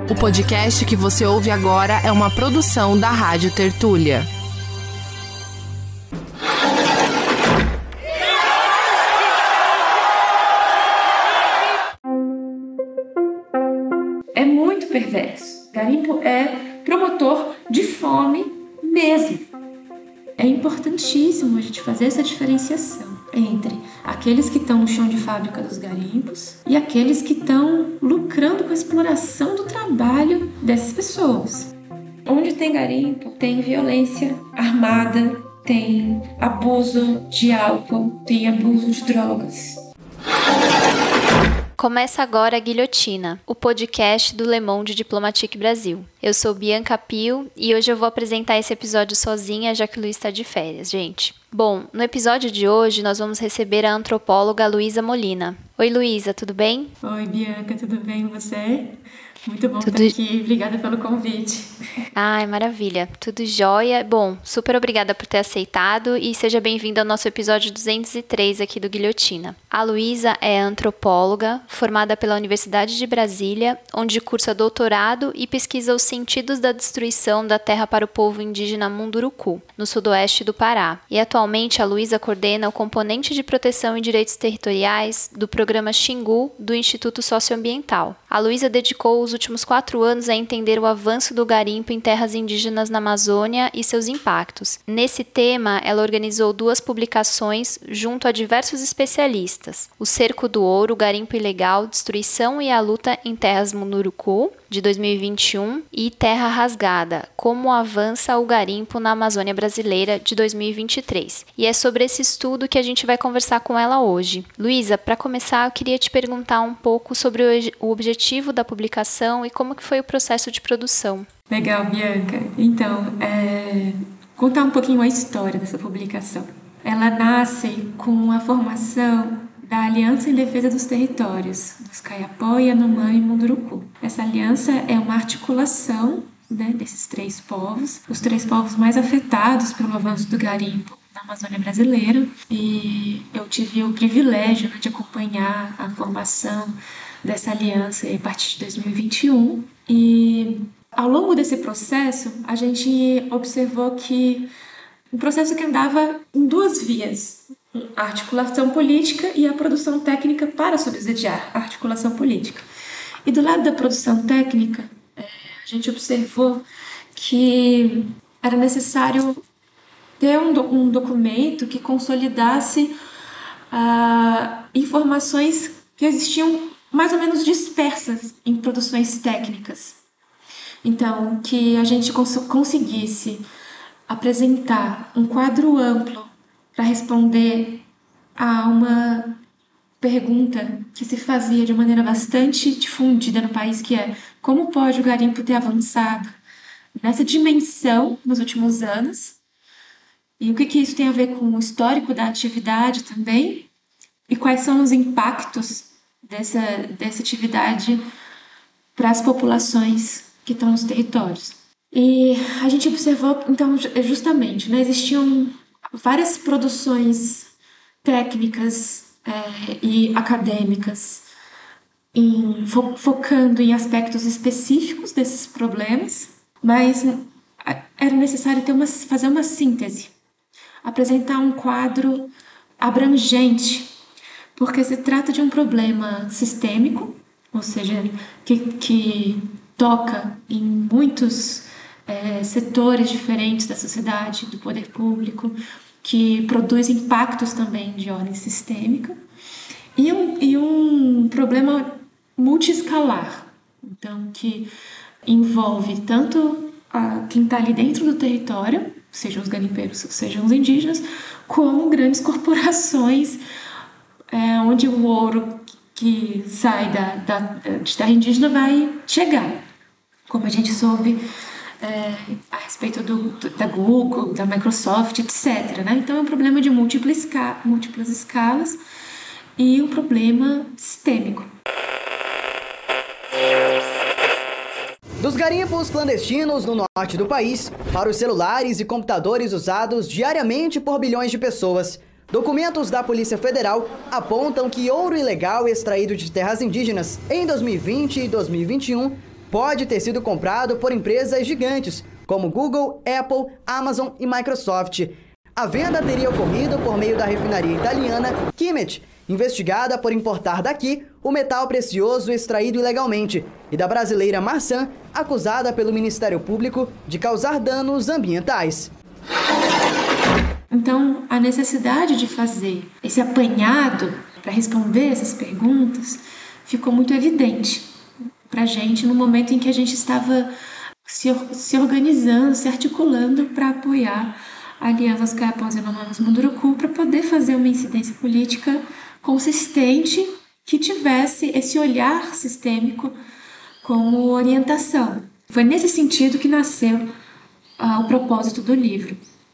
O podcast que você ouve agora é uma produção da Rádio Tertúlia. É muito perverso. Garimpo é promotor de fome mesmo. É importantíssimo a gente fazer essa diferenciação entre aqueles que estão no chão de fábrica dos garimpos e aqueles que estão lucrando com a exploração do trabalho dessas pessoas. Onde tem garimpo, tem violência armada, tem abuso de álcool, tem abuso de drogas. Começa agora a Guilhotina, o podcast do Le Monde Diplomatique Brasil. Eu sou Bianca Pio e hoje eu vou apresentar esse episódio sozinha, já que o Luiz está de férias, gente. Bom, no episódio de hoje nós vamos receber a antropóloga Luísa Molina. Oi, Luísa, tudo bem? Oi, Bianca, tudo bem e você? Muito bom estar aqui, obrigada pelo convite. Ai, maravilha, tudo jóia. Bom, super obrigada por ter aceitado e seja bem-vinda ao nosso episódio 203 aqui do Guilhotina. A Luísa é antropóloga, formada pela Universidade de Brasília, onde cursa doutorado e pesquisa os sentidos da destruição da terra para o povo indígena Munduruku, no sudoeste do Pará. E atualmente a Luísa coordena o componente de proteção e direitos territoriais do programa Xingu do Instituto Socioambiental. A Luísa dedicou os últimos 4 anos a entender o avanço do garimpo em terras indígenas na Amazônia e seus impactos. Nesse tema, ela organizou 2 publicações junto a diversos especialistas: O Cerco do Ouro, Garimpo Ilegal, Destruição e a Luta em Terras Munduruku, de 2021, e Terra Rasgada, Como Avança o Garimpo na Amazônia Brasileira, de 2023. E é sobre esse estudo que a gente vai conversar com ela hoje. Luísa, para começar, eu queria te perguntar um pouco sobre o objetivo da publicação e como que foi o processo de produção. Legal, Bianca. Então, contar um pouquinho a história dessa publicação. Ela nasce com a formação da Aliança em Defesa dos Territórios, dos Kayapó, Yanomami e Munduruku. Essa aliança é uma articulação, desses 3 povos, os 3 povos mais afetados pelo avanço do garimpo na Amazônia brasileira, e eu tive o privilégio de acompanhar a formação dessa aliança a partir de 2021, e ao longo desse processo a gente observou que um processo que andava em 2 vias: a articulação política e a produção técnica para subsidiar a articulação política. E do lado da produção técnica, a gente observou que era necessário ter um documento que consolidasse informações que existiam mais ou menos dispersas em produções técnicas. Então, que a gente conseguisse apresentar um quadro amplo para responder a uma pergunta que se fazia de maneira bastante difundida no país, que é: como pode o garimpo ter avançado nessa dimensão nos últimos anos? E o que isso tem a ver com o histórico da atividade também? E quais são os impactos dessa atividade para as populações que estão nos territórios? E a gente observou, então, justamente, existiam várias produções técnicas e acadêmicas focando em aspectos específicos desses problemas, mas era necessário fazer uma síntese, apresentar um quadro abrangente, porque se trata de um problema sistêmico, ou seja, que toca em muitos setores diferentes da sociedade, do poder público, que produz impactos também de ordem sistêmica, e um problema multiescalar, então, que envolve tanto quem está ali dentro do território, sejam os garimpeiros, sejam os indígenas, como grandes corporações, onde o ouro que sai de terra indígena vai chegar, como a gente soube a respeito da Google, da Microsoft, etc. Então é um problema de múltiplas escalas e um problema sistêmico. Dos garimpos clandestinos no norte do país para os celulares e computadores usados diariamente por bilhões de pessoas, documentos da Polícia Federal apontam que ouro ilegal extraído de terras indígenas em 2020 e 2021 pode ter sido comprado por empresas gigantes, como Google, Apple, Amazon e Microsoft. A venda teria ocorrido por meio da refinaria italiana Chimet, investigada por importar daqui o metal precioso extraído ilegalmente, e da brasileira Marsan, acusada pelo Ministério Público de causar danos ambientais. Então, a necessidade de fazer esse apanhado para responder essas perguntas ficou muito evidente para a gente no momento em que a gente estava se organizando, se articulando para apoiar a Aliança Os Caiapós Yanomamis Munduruku para poder fazer uma incidência política consistente que tivesse esse olhar sistêmico como orientação. Foi nesse sentido que nasceu o propósito do livro.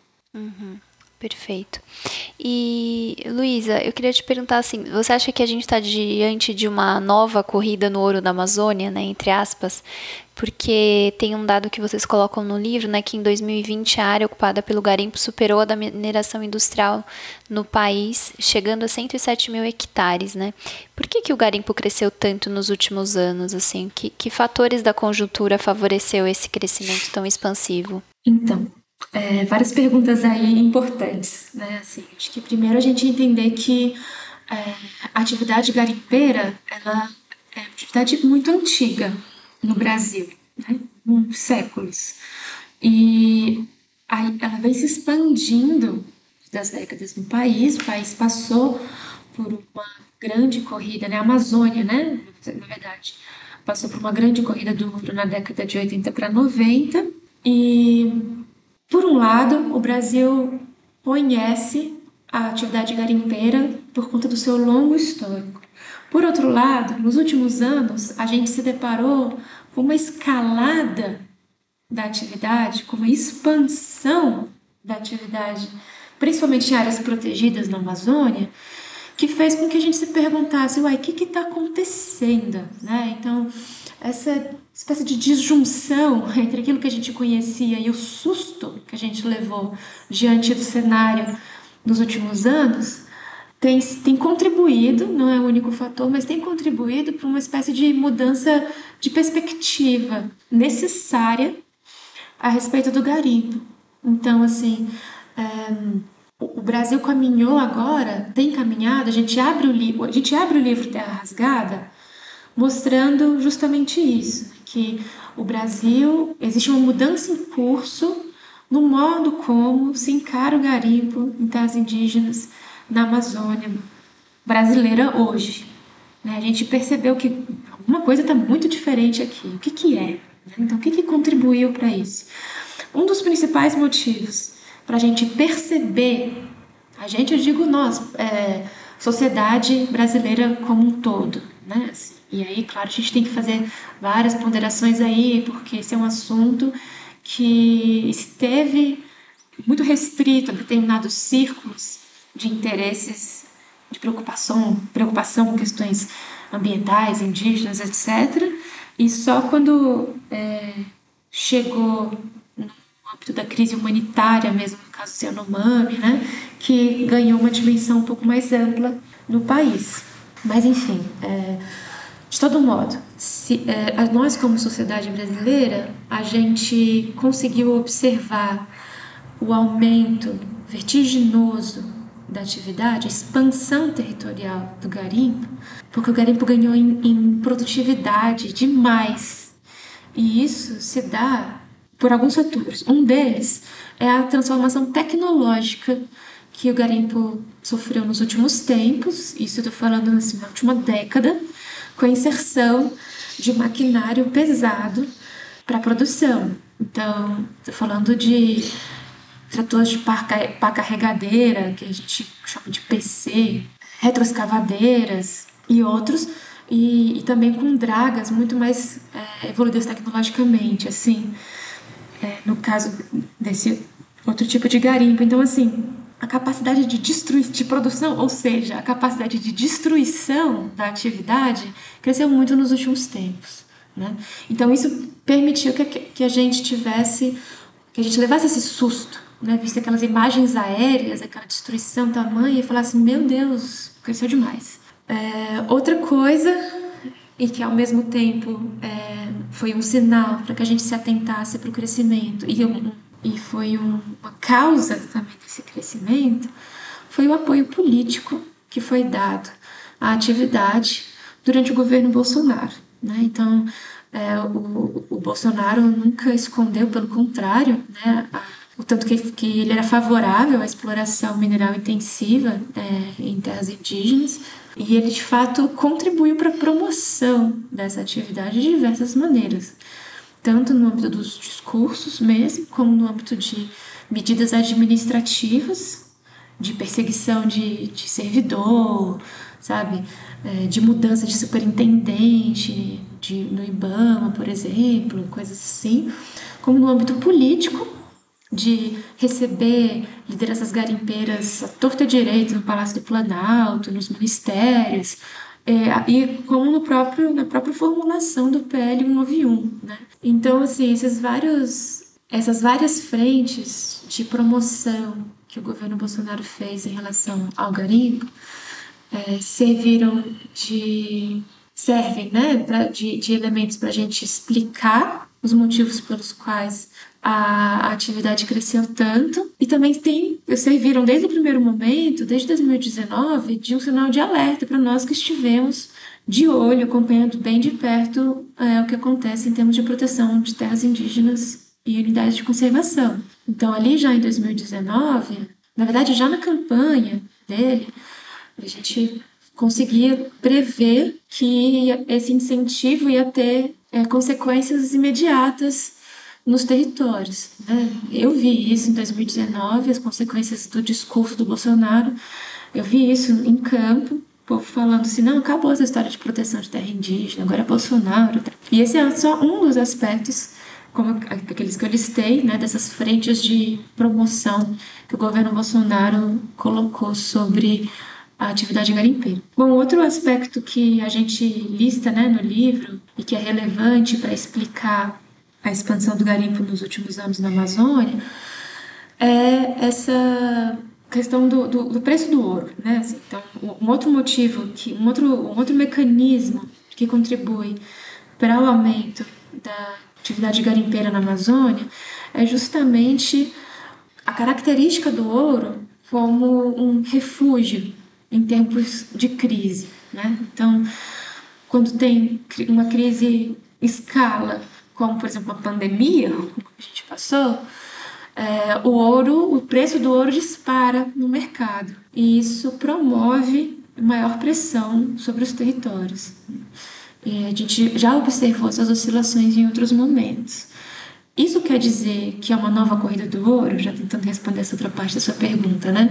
Perfeito. E, Luísa, eu queria te perguntar assim, você acha que a gente está diante de uma nova corrida no ouro da Amazônia, né, entre aspas? Porque tem um dado que vocês colocam no livro, né, que em 2020 a área ocupada pelo garimpo superou a da mineração industrial no país, chegando a 107 mil hectares, né? Por que o garimpo cresceu tanto nos últimos anos, assim? Que fatores da conjuntura favoreceu esse crescimento tão expansivo? Então, várias perguntas aí importantes, né? Assim, acho que primeiro a gente entender que a atividade garimpeira, ela é uma atividade muito antiga no Brasil, né? Séculos. E aí ela vem se expandindo das décadas no país. O país passou por uma grande corrida, né? A Amazônia, né? Na verdade, passou por uma grande corrida do ouro na década de 80 para 90. E, por um lado, o Brasil conhece a atividade garimpeira por conta do seu longo histórico. Por outro lado, nos últimos anos, a gente se deparou com uma escalada da atividade, com uma expansão da atividade, principalmente em áreas protegidas na Amazônia, que fez com que a gente se perguntasse, o que está acontecendo? Né? Então, essa espécie de disjunção entre aquilo que a gente conhecia e o susto que a gente levou diante do cenário nos últimos anos, tem contribuído, não é o único fator, mas tem contribuído para uma espécie de mudança de perspectiva necessária a respeito do garimpo. Então, assim, o Brasil caminhou agora, tem caminhado, a gente abre o livro Terra Rasgada, mostrando justamente isso, que o Brasil, existe uma mudança em curso no modo como se encara o garimpo em terras indígenas na Amazônia brasileira hoje. A gente percebeu que alguma coisa está muito diferente aqui. O que é? Então, o que contribuiu para isso? Um dos principais motivos para a gente perceber, eu digo nós, sociedade brasileira como um todo, né? E aí, claro, a gente tem que fazer várias ponderações aí, porque esse é um assunto que esteve muito restrito a determinados círculos de interesses, de preocupação com questões ambientais, indígenas, etc. E só quando chegou no âmbito da crise humanitária, mesmo no caso do Yanomami, né, que ganhou uma dimensão um pouco mais ampla no país. Mas, enfim, de todo modo, nós como sociedade brasileira, a gente conseguiu observar o aumento vertiginoso da atividade, a expansão territorial do garimpo, porque o garimpo ganhou em produtividade demais. E isso se dá por alguns fatores. Um deles é a transformação tecnológica que o garimpo sofreu nos últimos tempos, isso eu estou falando assim, na última década, com a inserção de maquinário pesado para a produção. Então, estou falando de tratores de pá carregadeira, que a gente chama de PC, retroescavadeiras e outros, e também com dragas muito mais evoluídas tecnologicamente, assim, no caso desse outro tipo de garimpo. Então, assim, a capacidade de produção, ou seja, a capacidade de destruição da atividade cresceu muito nos últimos tempos, né? Então, isso permitiu que a gente levasse esse susto, né? Visse aquelas imagens aéreas, aquela destruição tamanha e falasse, meu Deus, cresceu demais. Outra coisa e que, ao mesmo tempo, foi um sinal para que a gente se atentasse para o crescimento e foi uma causa também desse crescimento, foi o apoio político que foi dado à atividade durante o governo Bolsonaro, né? Então, o Bolsonaro nunca escondeu, pelo contrário, né, o tanto que ele era favorável à exploração mineral intensiva em terras indígenas, e ele, de fato, contribuiu para a promoção dessa atividade de diversas maneiras, tanto no âmbito dos discursos mesmo, como no âmbito de medidas administrativas, de perseguição de servidor, sabe? De mudança de superintendente no IBAMA, por exemplo, coisas assim, como no âmbito político, de receber lideranças garimpeiras à torta e direito no Palácio do Planalto, nos ministérios, e como na própria formulação do PL 191, né? Então, assim, essas várias frentes de promoção que o governo Bolsonaro fez em relação ao garimpo servem, né, de elementos para a gente explicar os motivos pelos quais a atividade cresceu tanto, e também serviram desde o primeiro momento, desde 2019, de um sinal de alerta para nós que estivemos de olho, acompanhando bem de perto o que acontece em termos de proteção de terras indígenas e unidades de conservação. Então, ali já em 2019, na verdade já na campanha dele, a gente conseguia prever que esse incentivo ia ter consequências imediatas nos territórios, né? Eu vi isso em 2019, as consequências do discurso do Bolsonaro. Eu vi isso em campo, o povo falando assim, não, acabou essa história de proteção de terra indígena, agora é Bolsonaro. E esse é só um dos aspectos, como aqueles que eu listei, né, dessas frentes de promoção que o governo Bolsonaro colocou sobre a atividade garimpeira. Bom, outro aspecto que a gente lista, né, no livro e que é relevante para explicar a expansão do garimpo nos últimos anos na Amazônia é essa questão do preço do ouro, né? Assim, então, um outro motivo, um outro mecanismo que contribui para o aumento da atividade garimpeira na Amazônia é justamente a característica do ouro como um refúgio em tempos de crise, né? Então, quando tem uma crise em escala, como, por exemplo, a pandemia que a gente passou, o preço do ouro dispara no mercado. E isso promove maior pressão sobre os territórios. E a gente já observou essas oscilações em outros momentos. Isso quer dizer que é uma nova corrida do ouro? Já tentando responder essa outra parte da sua pergunta, né?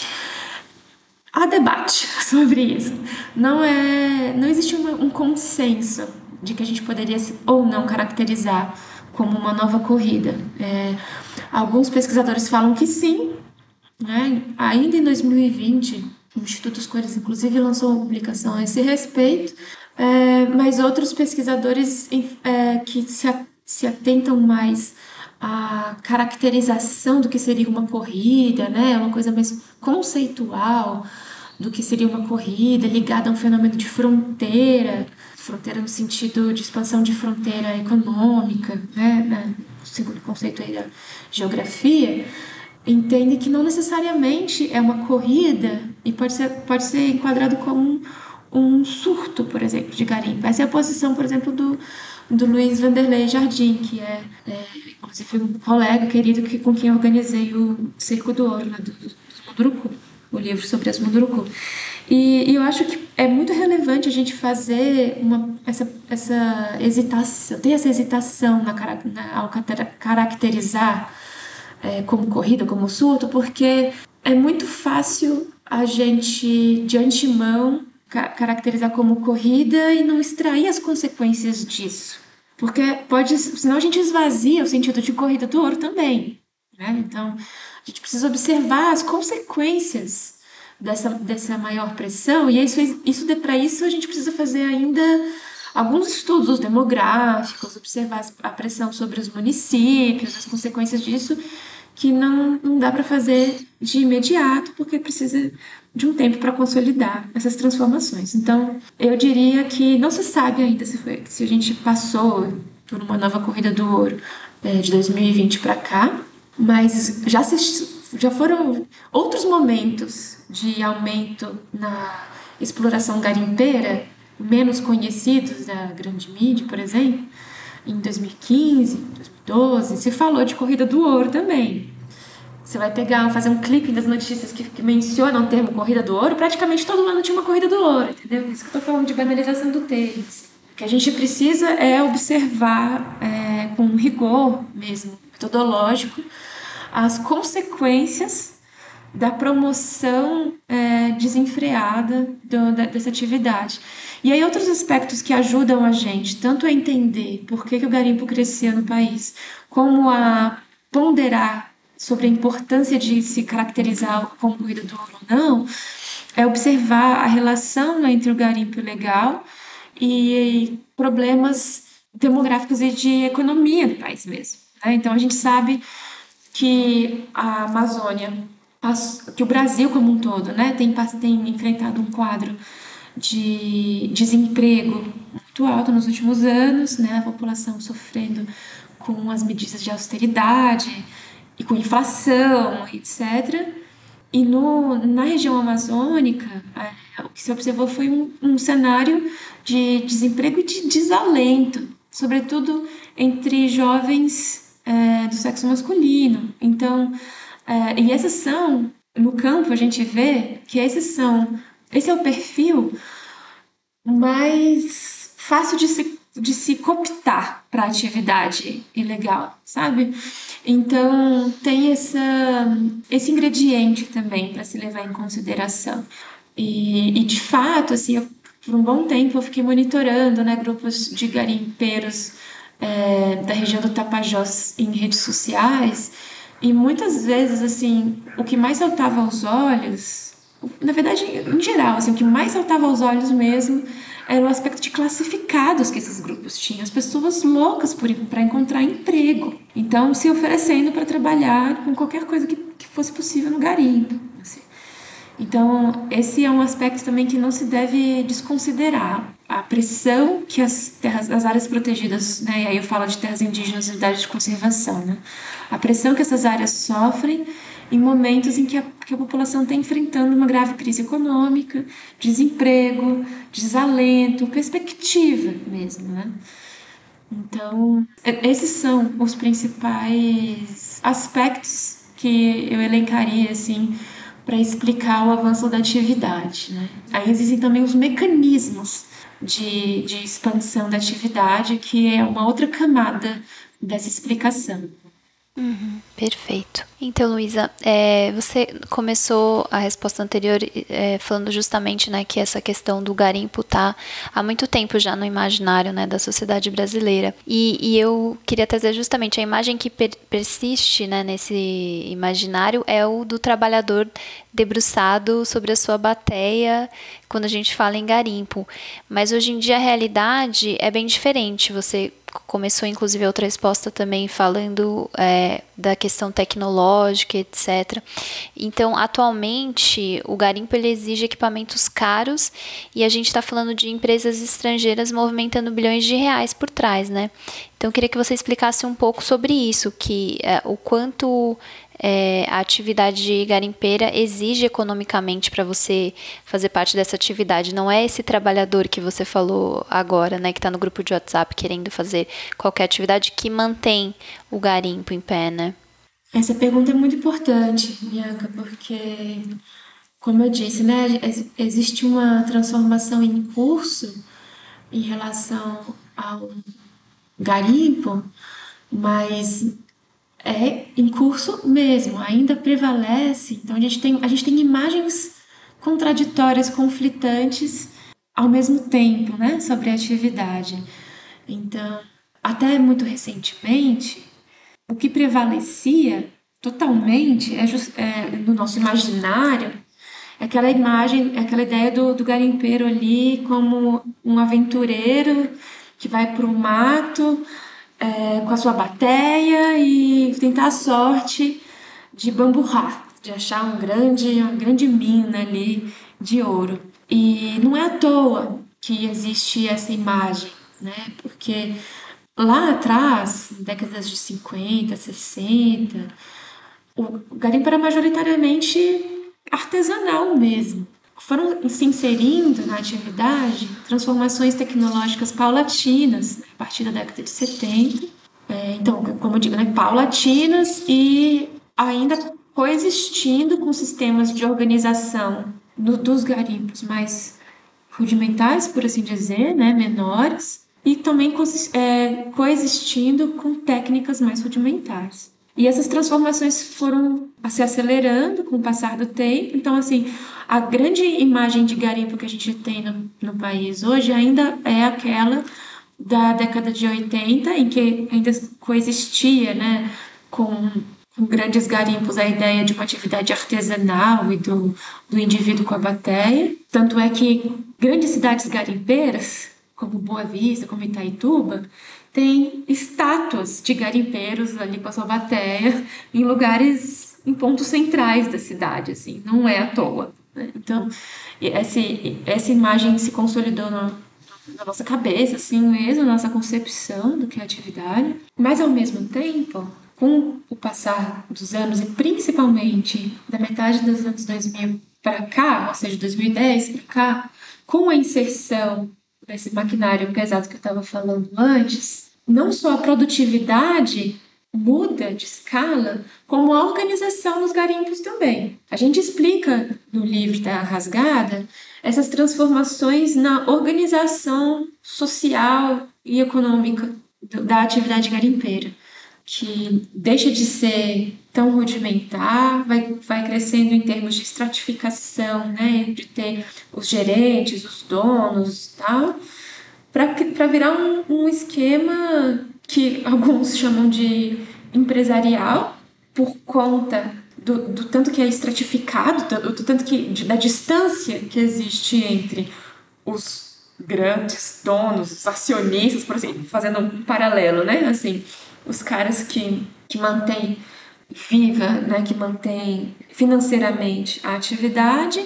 Há debate sobre isso. Não existe um consenso de que a gente poderia ou não caracterizar como uma nova corrida. Alguns pesquisadores falam que sim, né? Ainda em 2020, o Instituto Escolhas, inclusive, lançou uma publicação a esse respeito, mas outros pesquisadores que se atentam mais à caracterização do que seria uma corrida, né? Uma coisa mais conceitual do que seria uma corrida ligada a um fenômeno de fronteira no sentido de expansão de fronteira econômica, né? Segundo o conceito aí da geografia, entende que não necessariamente é uma corrida e pode ser enquadrado como um surto, por exemplo, de garimpo. Essa é a posição, por exemplo, do Luiz Vanderlei Jardim, que inclusive um colega querido com quem eu organizei o Cerco do Ouro, lá dos Munduruku, o livro sobre as Munduruku. E eu acho que é muito relevante a gente fazer essa hesitação, ter essa hesitação ao caracterizar como corrida, como surto, porque é muito fácil a gente, de antemão, caracterizar como corrida e não extrair as consequências disso. Porque senão a gente esvazia o sentido de corrida do ouro também, né? Então, a gente precisa observar as consequências dessa maior pressão, e para isso a gente precisa fazer ainda alguns estudos demográficos, observar a pressão sobre os municípios, as consequências disso, que não dá para fazer de imediato, porque precisa de um tempo para consolidar essas transformações. Então, eu diria que não se sabe ainda se a gente passou por uma nova corrida do ouro de 2020 para cá, mas já foram outros momentos de aumento na exploração garimpeira, menos conhecidos da grande mídia, por exemplo. Em 2015, 2012, se falou de corrida do ouro também. Você vai fazer um clipe das notícias que mencionam o termo corrida do ouro, praticamente todo ano tinha uma corrida do ouro, entendeu? Isso que eu estou falando de banalização do tênis. O que a gente precisa é observar com rigor mesmo, metodológico, as consequências da promoção desenfreada dessa atividade. E aí outros aspectos que ajudam a gente tanto a entender por que o garimpo cresceu no país, como a ponderar sobre a importância de se caracterizar como corrida do ouro ou não, é observar a relação entre o garimpo ilegal e problemas demográficos e de economia do país mesmo, né? Então a gente sabe que a Amazônia, que o Brasil como um todo, né, tem enfrentado um quadro de desemprego muito alto nos últimos anos, né, a população sofrendo com as medidas de austeridade e com inflação, etc. E na região amazônica, o que se observou foi um cenário de desemprego e de desalento, sobretudo entre jovens do sexo masculino. Então, e essas são, no campo a gente vê que esse é o perfil mais fácil de se cooptar para atividade ilegal, sabe? Então, tem esse ingrediente também para se levar em consideração. E de fato, assim, por um bom tempo eu fiquei monitorando, né, grupos de garimpeiros da região do Tapajós em redes sociais, e muitas vezes, assim, o que mais saltava aos olhos, na verdade, em geral, assim, o que mais saltava aos olhos mesmo era o aspecto de classificados que esses grupos tinham. As pessoas loucas para encontrar emprego. Então, se oferecendo para trabalhar com qualquer coisa que fosse possível no garimpo. Assim. Então, esse é um aspecto também que não se deve desconsiderar. A pressão que as áreas protegidas, né, e aí eu falo de terras indígenas e áreas de conservação, né, a pressão que essas áreas sofrem em momentos em que a população está enfrentando uma grave crise econômica, desemprego, desalento, perspectiva mesmo, né? Então, esses são os principais aspectos que eu elencaria, assim, para explicar o avanço da atividade, né? Aí existem também os mecanismos de expansão da atividade, que é uma outra camada dessa explicação. Perfeito. Então, Luísa, você começou a resposta anterior falando justamente, né, que essa questão do garimpo está há muito tempo já no imaginário, né, da sociedade brasileira. E eu queria trazer justamente a imagem que persiste, né, nesse imaginário é o do trabalhador debruçado sobre a sua bateia quando a gente fala em garimpo. Mas hoje em dia a realidade é bem diferente. Você começou, inclusive, outra resposta também falando da questão tecnológica, etc. Então, atualmente, o garimpo ele exige equipamentos caros e a gente está falando de empresas estrangeiras movimentando bilhões de reais por trás, né? Então, eu queria que você explicasse um pouco sobre isso, que o quanto a atividade garimpeira exige economicamente para você fazer parte dessa atividade. Não é esse trabalhador que você falou agora, né, que está no grupo de WhatsApp querendo fazer qualquer atividade que mantém o garimpo em pé, né? Essa pergunta é muito importante, Bianca, porque, como eu disse, né, existe uma transformação em curso em relação ao garimpo, mas é em curso mesmo, ainda prevalece. Então a gente tem imagens contraditórias, conflitantes ao mesmo tempo, né, sobre a atividade. Então, até muito recentemente, o que prevalecia totalmente no nosso imaginário é aquela imagem, aquela ideia do garimpeiro ali como um aventureiro que vai para o mato com a sua bateia e tentar a sorte de Bamburá, de achar uma grande mina ali de ouro. E não é à toa que existe essa imagem, né? Porque lá atrás, décadas de 50, 60, o garimpo era majoritariamente artesanal mesmo. Foram se inserindo na atividade transformações tecnológicas paulatinas, né, a partir da década de 70. Então, como eu digo, né, paulatinas e ainda coexistindo com sistemas de organização dos garimpos mais rudimentares, por assim dizer, né, menores, e também coexistindo com técnicas mais rudimentares. E essas transformações foram se acelerando com o passar do tempo. Então, assim, a grande imagem de garimpo que a gente tem no país hoje ainda é aquela da década de 80, em que ainda coexistia, né, com grandes garimpos a ideia de uma atividade artesanal e do indivíduo com a bateia. Tanto é que grandes cidades garimpeiras, como Boa Vista, como Itaituba, tem estátuas de garimpeiros ali com a sua bateia em lugares, em pontos centrais da cidade, assim, não é à toa, né? Então, essa imagem se consolidou na nossa cabeça, assim mesmo, na nossa concepção do que é atividade, mas ao mesmo tempo, com o passar dos anos e principalmente da metade dos anos 2000 para cá, ou seja, 2010 para cá, com a inserção desse maquinário pesado que eu estava falando antes, não só a produtividade muda de escala, como a organização dos garimpos também. A gente explica no livro da Rasgada essas transformações na organização social e econômica da atividade garimpeira, que deixa de ser tão rudimentar, vai crescendo em termos de estratificação, né, de ter os gerentes, os donos e tal, para virar um esquema que alguns chamam de empresarial, por conta do tanto que é estratificado, do tanto que da distância que existe entre os grandes donos, os acionistas, por assim, fazendo um paralelo, né? Assim, os caras que mantêm viva, né? Que mantêm financeiramente a atividade,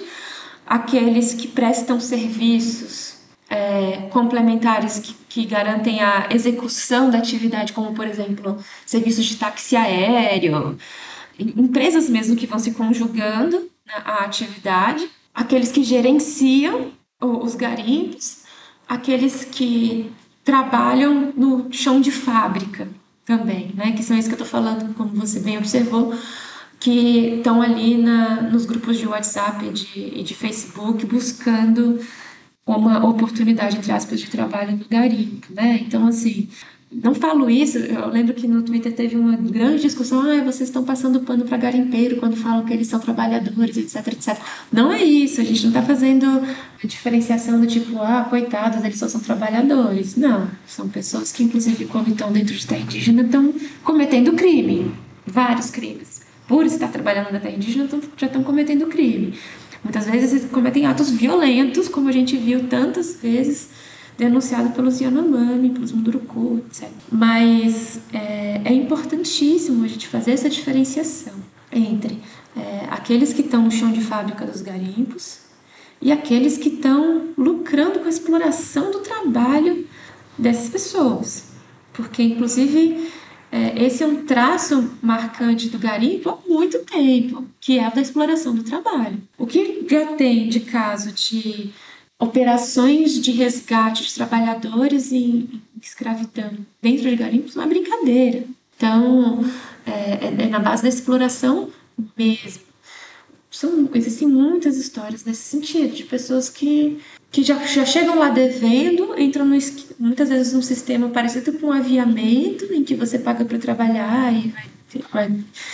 aqueles que prestam serviços complementares que garantem a execução da atividade, como, por exemplo, serviços de táxi aéreo, empresas mesmo que vão se conjugando à atividade, aqueles que gerenciam os garimpos, aqueles que trabalham no chão de fábrica também, né? Que são esses que eu estou falando, como você bem observou, que estão ali nos grupos de WhatsApp e de Facebook buscando uma oportunidade, entre aspas, de trabalho no garimpo, né? Então, assim, não falo isso, eu lembro que no Twitter teve uma grande discussão, vocês estão passando pano para garimpeiro quando falam que eles são trabalhadores, etc, etc. Não é isso, a gente não está fazendo a diferenciação do tipo, coitados, eles só são trabalhadores. Não, são pessoas que, inclusive, quando estão dentro de terra indígena, estão cometendo crime, vários crimes. Por estar trabalhando na terra indígena, já estão cometendo crime. Muitas vezes cometem atos violentos, como a gente viu tantas vezes denunciado pelos Yanomami, pelos Munduruku, etc. Mas é importantíssimo a gente fazer essa diferenciação entre aqueles que estão no chão de fábrica dos garimpos e aqueles que estão lucrando com a exploração do trabalho dessas pessoas. Porque, inclusive, esse é um traço marcante do garimpo há muito tempo, que é a da exploração do trabalho. O que já tem de caso de operações de resgate de trabalhadores em escravidão dentro de garimpos não é brincadeira. Então, é na base da exploração mesmo. Existem muitas histórias nesse sentido, de pessoas que já chegam lá devendo, entram muitas vezes num sistema parecido com um aviamento, em que você paga para trabalhar e vai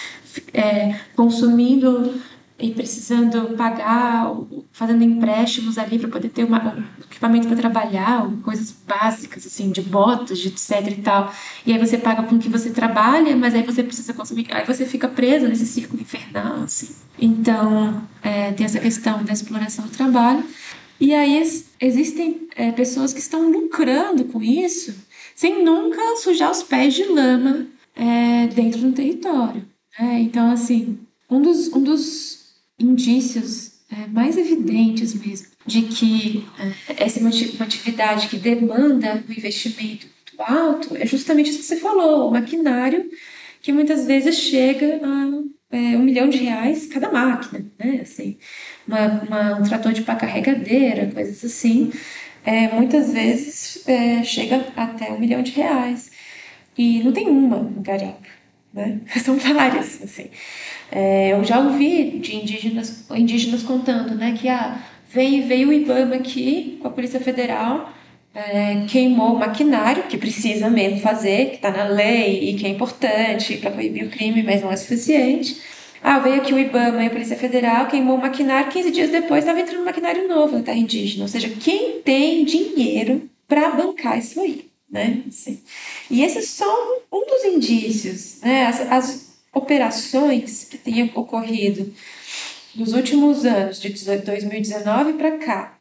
consumindo e precisando pagar, fazendo empréstimos ali para poder ter um equipamento para trabalhar, coisas básicas, assim, de botas, de etc e tal. E aí você paga com o que você trabalha, mas aí você precisa consumir, aí você fica preso nesse círculo infernal, assim. Então, tem essa questão da exploração do trabalho. E aí existem pessoas que estão lucrando com isso, sem nunca sujar os pés de lama dentro do território. Então, assim, Um dos indícios mais evidentes mesmo de que essa é uma atividade que demanda um investimento muito alto é justamente isso que você falou, o maquinário que muitas vezes chega a R$1 milhão cada máquina, né? Assim, um trator de pá carregadeira, coisas assim, muitas vezes chega até R$1 milhão. E não tem uma no garimpo, né? São várias, assim. Eu já ouvi de indígenas contando, né, que veio o IBAMA aqui com a Polícia Federal, queimou o maquinário, que precisa mesmo fazer, que está na lei e que é importante para coibir o crime, mas não é suficiente. Veio aqui o IBAMA e a Polícia Federal, queimou o maquinário, 15 dias depois estava entrando um maquinário novo na terra indígena. Ou seja, quem tem dinheiro para bancar isso aí, né? Assim. E esse é só um dos indícios, né? As operações que têm ocorrido nos últimos anos, de 2019 para cá,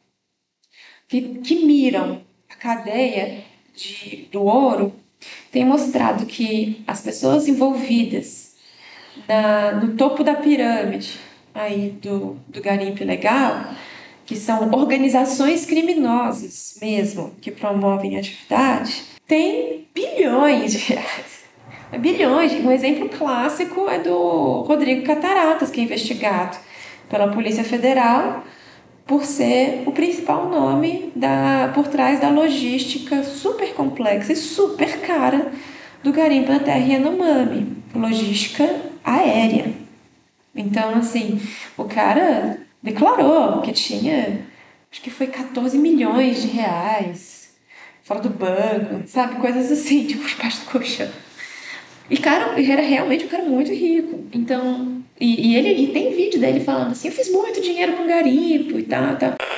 que miram a cadeia do ouro, tem mostrado que as pessoas envolvidas no topo da pirâmide aí do garimpo ilegal, que são organizações criminosas mesmo, que promovem a atividade, tem bilhões de reais. Bilhões. Um exemplo clássico é do Rodrigo Cataratas, que é investigado pela Polícia Federal por ser o principal nome por trás da logística super complexa e super cara do garimpo na terra Yanomami, logística aérea. Então, assim, o cara declarou que tinha, acho que foi R$14 milhões fora do banco, sabe? Coisas assim, tipo, debaixo do colchão. E cara, era realmente um cara muito rico. Então, e tem vídeo dele falando assim, eu fiz muito dinheiro com garimpo e tal.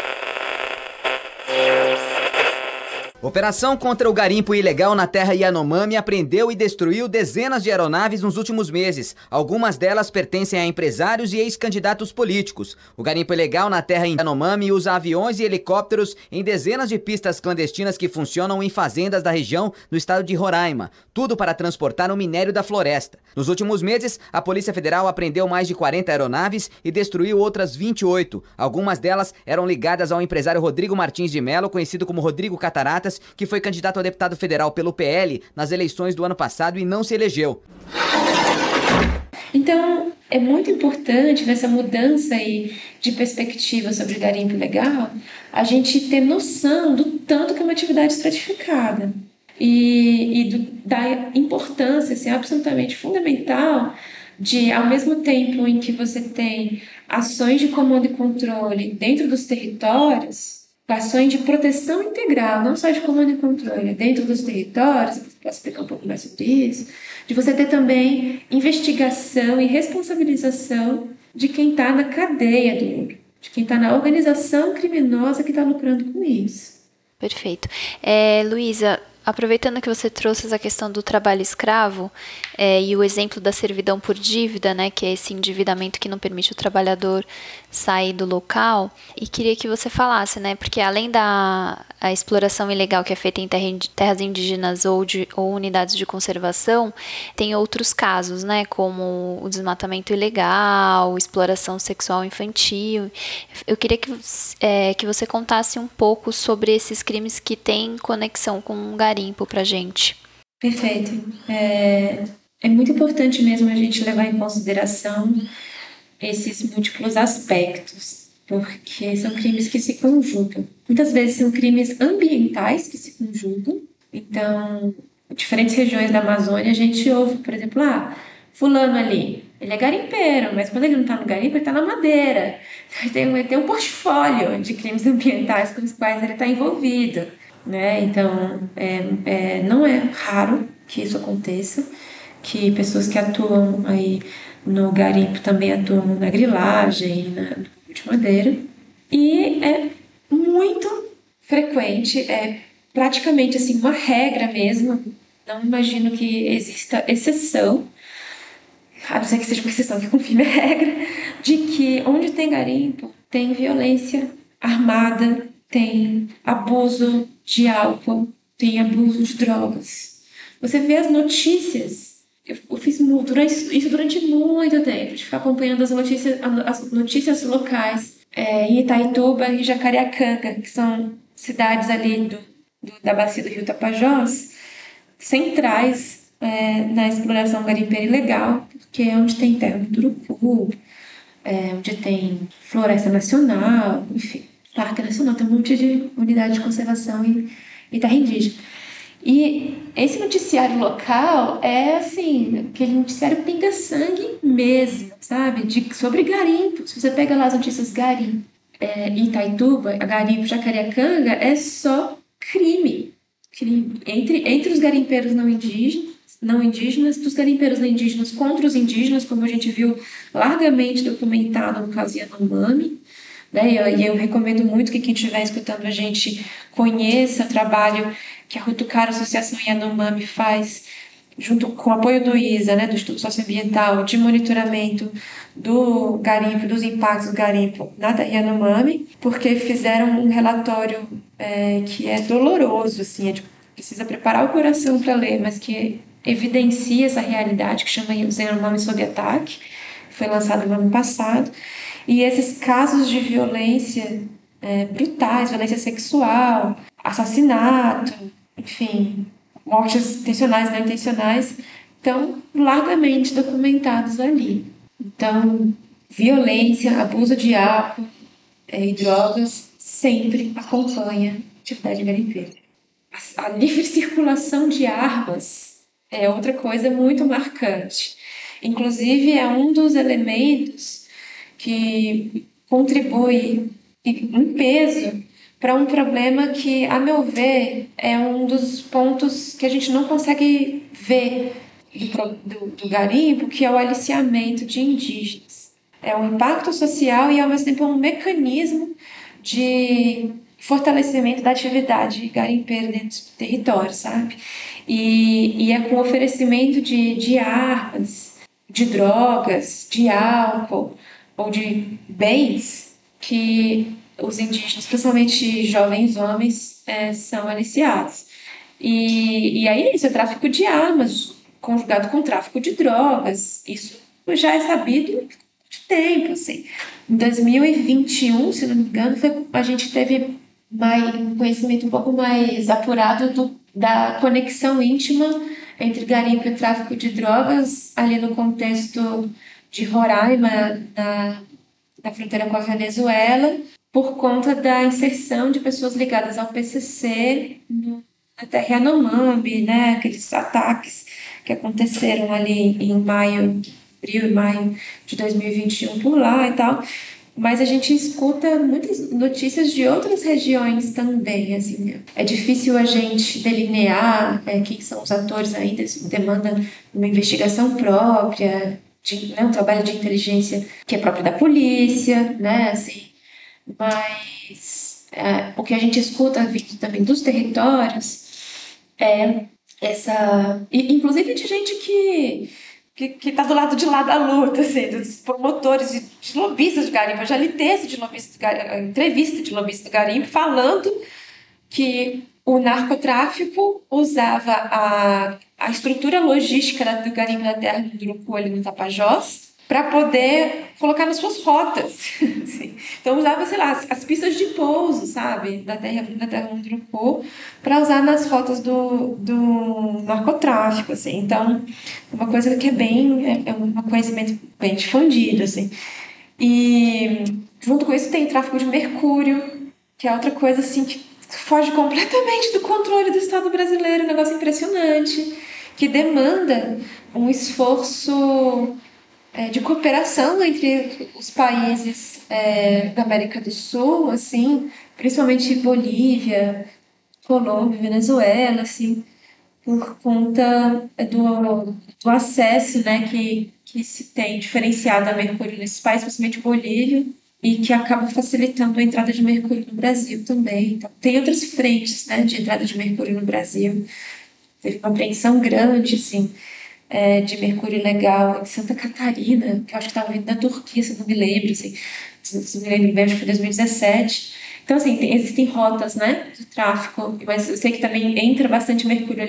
Operação contra o garimpo ilegal na terra Yanomami apreendeu e destruiu dezenas de aeronaves nos últimos meses. Algumas delas pertencem a empresários e ex-candidatos políticos. O garimpo ilegal na terra Yanomami usa aviões e helicópteros em dezenas de pistas clandestinas que funcionam em fazendas da região no estado de Roraima. Tudo para transportar o minério da floresta. Nos últimos meses, a Polícia Federal apreendeu mais de 40 aeronaves e destruiu outras 28. Algumas delas eram ligadas ao empresário Rodrigo Martins de Mello, conhecido como Rodrigo Cataratas, que foi candidato a deputado federal pelo PL nas eleições do ano passado e não se elegeu. Então, é muito importante nessa mudança aí de perspectiva sobre garimpo ilegal, a gente ter noção do tanto que é uma atividade estratificada da importância assim, absolutamente fundamental de, ao mesmo tempo em que você tem ações de comando e controle dentro dos territórios, ações de proteção integral, não só de comando e controle, dentro dos territórios, posso explicar um pouco mais sobre isso, de você ter também investigação e responsabilização de quem está na cadeia do ouro, de quem está na organização criminosa que está lucrando com isso. Perfeito. Luísa, aproveitando que você trouxe essa questão do trabalho escravo e o exemplo da servidão por dívida, né, que é esse endividamento que não permite o trabalhador sair do local, e queria que você falasse, né, porque além da exploração ilegal que é feita em terras indígenas ou unidades de conservação, tem outros casos, né, como o desmatamento ilegal, exploração sexual infantil. Eu queria que você contasse um pouco sobre esses crimes que têm conexão com o garimpo pra gente. Perfeito. É muito importante mesmo a gente levar em consideração esses múltiplos aspectos, porque são crimes que se conjugam. Muitas vezes são crimes ambientais que se conjugam. Então, em diferentes regiões da Amazônia, a gente ouve, por exemplo, fulano ali, ele é garimpeiro, mas quando ele não está no garimpo, ele está na madeira. Ele tem um portfólio de crimes ambientais com os quais ele está envolvido. Né? Então, não é raro que isso aconteça, que pessoas que atuam aí no garimpo também atuam na grilagem, no cultivo de madeira. E é muito frequente, é praticamente assim, uma regra mesmo, não imagino que exista exceção, a não ser que seja uma exceção que confirme a regra, de que onde tem garimpo, tem violência armada, tem abuso de álcool, tem abuso de drogas. Você vê as notícias, eu fiz isso durante muito tempo, de ficar acompanhando as notícias locais em Itaituba e Jacareacanga, que são cidades ali da bacia do Rio Tapajós, centrais na exploração garimpeira ilegal, porque é onde tem terra do urucu, onde tem floresta nacional, enfim, parque nacional, tem um monte de unidade de conservação e terra indígena. E esse noticiário local é, assim, aquele noticiário pinga-sangue mesmo, sabe? Sobre garimpo. Se você pega lá as notícias garimpo, Itaituba, garimpo, Jacareacanga, é só crime. Entre os garimpeiros não indígenas, dos garimpeiros não indígenas contra os indígenas, como a gente viu largamente documentado no caso Yanomami. E eu recomendo muito que quem estiver escutando a gente conheça o trabalho que a Rutucara Associação Yanomami faz, junto com o apoio do ISA, do Instituto Socioambiental, de monitoramento do garimpo, dos impactos do garimpo na terra Yanomami, porque fizeram um relatório que é doloroso, assim, precisa preparar o coração para ler, mas que evidencia essa realidade, que chama os Yanomami sob ataque, foi lançado no ano passado. E esses casos de violência brutais, violência sexual, assassinato, enfim, mortes intencionais e não intencionais, estão largamente documentados ali. Então, violência, abuso de álcool e drogas sempre acompanha a atividade garimpeira. A livre circulação de armas é outra coisa muito marcante. Inclusive, é um dos elementos que contribui em peso para um problema que, a meu ver, é um dos pontos que a gente não consegue ver do garimpo, que é o aliciamento de indígenas. É um impacto social e, ao mesmo tempo, um mecanismo de fortalecimento da atividade garimpeira dentro do território, sabe? E é com oferecimento de armas, de drogas, de álcool ou de bens que os indígenas, principalmente jovens homens, são aliciados. E aí isso é tráfico de armas, conjugado com tráfico de drogas. Isso já é sabido de tempo, assim. Em 2021, se não me engano, a gente teve um conhecimento um pouco mais apurado da conexão íntima entre garimpo e tráfico de drogas, ali no contexto de Roraima, na fronteira com a Venezuela, por conta da inserção de pessoas ligadas ao PCC na terra Yanomami, aqueles ataques que aconteceram ali em abril e maio de 2021 por lá e tal. Mas a gente escuta muitas notícias de outras regiões também, assim. É difícil a gente delinear quem são os atores ainda, isso demanda uma investigação própria, um trabalho de inteligência que é próprio da polícia, assim. Mas o que a gente escuta vindo também dos territórios é inclusive de gente que está do lado de lá da luta, assim, dos promotores, de lobistas de garimpo. Eu já li texto de lobista entrevista de lobista do garimpo falando que o narcotráfico usava a estrutura logística do garimpo da terra do Urucu, ali no Tapajós, para poder colocar nas suas rotas. Assim. Então usava, sei lá, as pistas de pouso, sabe, da terra do Urucu, para usar nas rotas do narcotráfico, assim. Então, uma coisa que é um conhecimento bem difundido, assim. E junto com isso tem tráfico de mercúrio, que é outra coisa assim que foge completamente do controle do Estado brasileiro, um negócio impressionante, que demanda um esforço de cooperação entre os países da América do Sul, assim, principalmente Bolívia, Colômbia, Venezuela, assim, por conta do acesso, que se tem diferenciado a mercúrio nesses países, principalmente Bolívia, e que acaba facilitando a entrada de mercúrio no Brasil também. Então, tem outras frentes, de entrada de mercúrio no Brasil. Teve uma apreensão grande, assim, de mercúrio ilegal em Santa Catarina, que eu acho que estava vindo da Turquia, se não me lembro, assim, se me lembro bem, acho que foi 2017. Então, assim, existem rotas, do tráfico, mas eu sei que também entra bastante mercúrio ali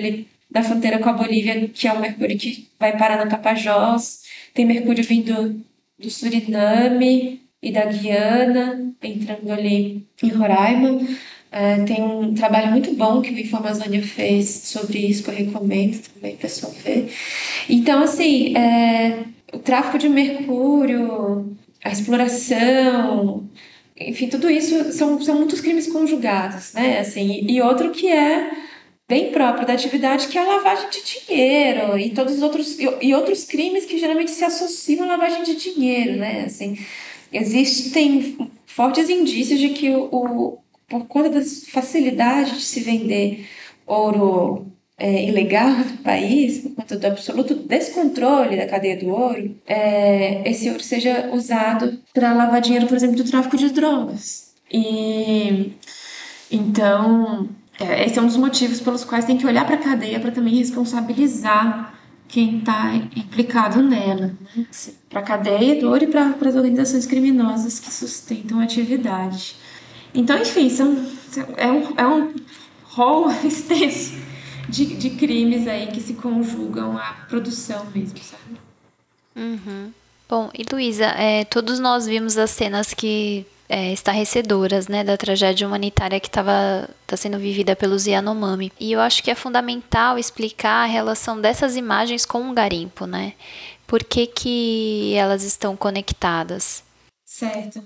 da fronteira com a Bolívia, que é o mercúrio que vai parar no Tapajós. Tem mercúrio vindo do Suriname e da Guiana, entrando ali em Roraima. Tem um trabalho muito bom que o InfoAmazônia fez sobre isso, que eu recomendo também o pessoal ver. Então, assim, o tráfico de mercúrio, a exploração, enfim, tudo isso são muitos crimes conjugados, né? Assim, e outro que é bem próprio da atividade, que é a lavagem de dinheiro e todos os outros crimes que geralmente se associam à lavagem de dinheiro, né? Assim, existem fortes indícios de que por conta da facilidade de se vender ouro ilegal no país, por conta do absoluto descontrole da cadeia do ouro, esse ouro seja usado para lavar dinheiro, por exemplo, do tráfico de drogas. E então, esse é um dos motivos pelos quais tem que olhar para a cadeia para também responsabilizar quem está implicado nela, né? Para a cadeia do ouro e para as organizações criminosas que sustentam a atividade. Então, enfim, é um rol extenso de crimes aí que se conjugam à produção mesmo, sabe? Uhum. Bom, e Luísa, todos nós vimos as cenas que estarrecedoras, né, da tragédia humanitária que está sendo vivida pelos Yanomami. E eu acho que é fundamental explicar a relação dessas imagens com o garimpo, né? Por que elas estão conectadas? Certo.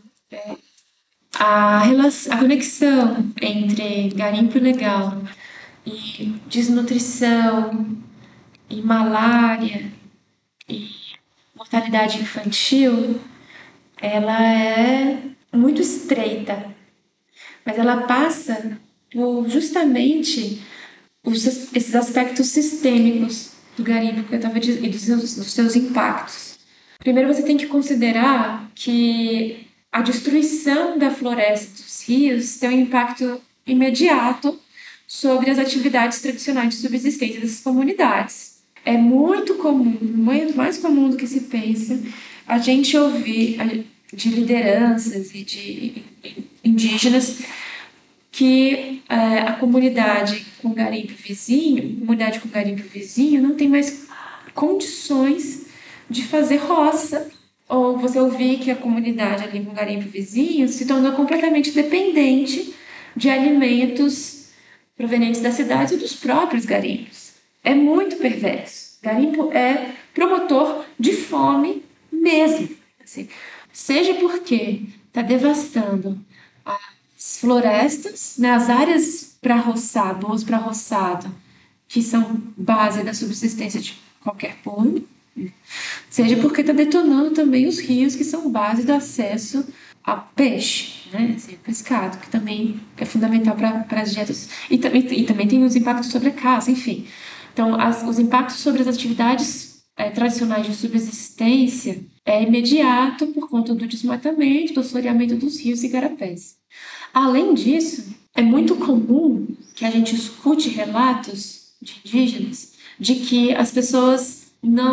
A conexão entre garimpo ilegal e desnutrição, e malária, e mortalidade infantil, ela é muito estreita, mas ela passa por justamente esses aspectos sistêmicos do garimpo que eu estava dizendo, e dos seus impactos. Primeiro você tem que considerar que a destruição da floresta e dos rios tem um impacto imediato sobre as atividades tradicionais de subsistência dessas comunidades. É muito comum, muito mais comum do que se pensa, a gente ouvir de lideranças e de indígenas que a comunidade com garimpo vizinho não tem mais condições de fazer roça, ou você ouvir que a comunidade ali com garimpo vizinho se tornou completamente dependente de alimentos provenientes das cidades e dos próprios garimpos. É muito perverso. Garimpo é promotor de fome mesmo. Assim, seja porque está devastando as florestas, né, as áreas para roçar, boas para roçado, que são base da subsistência de qualquer povo, seja porque está detonando também os rios, que são base do acesso a peixe, né, assim, pescado, que também é fundamental para as dietas, e também tem os impactos sobre a caça, enfim. Então, os impactos sobre as atividades tradicionais de subsistência é imediato por conta do desmatamento, do assoreamento dos rios e igarapés. Além disso, é muito comum que a gente escute relatos de indígenas de que as pessoas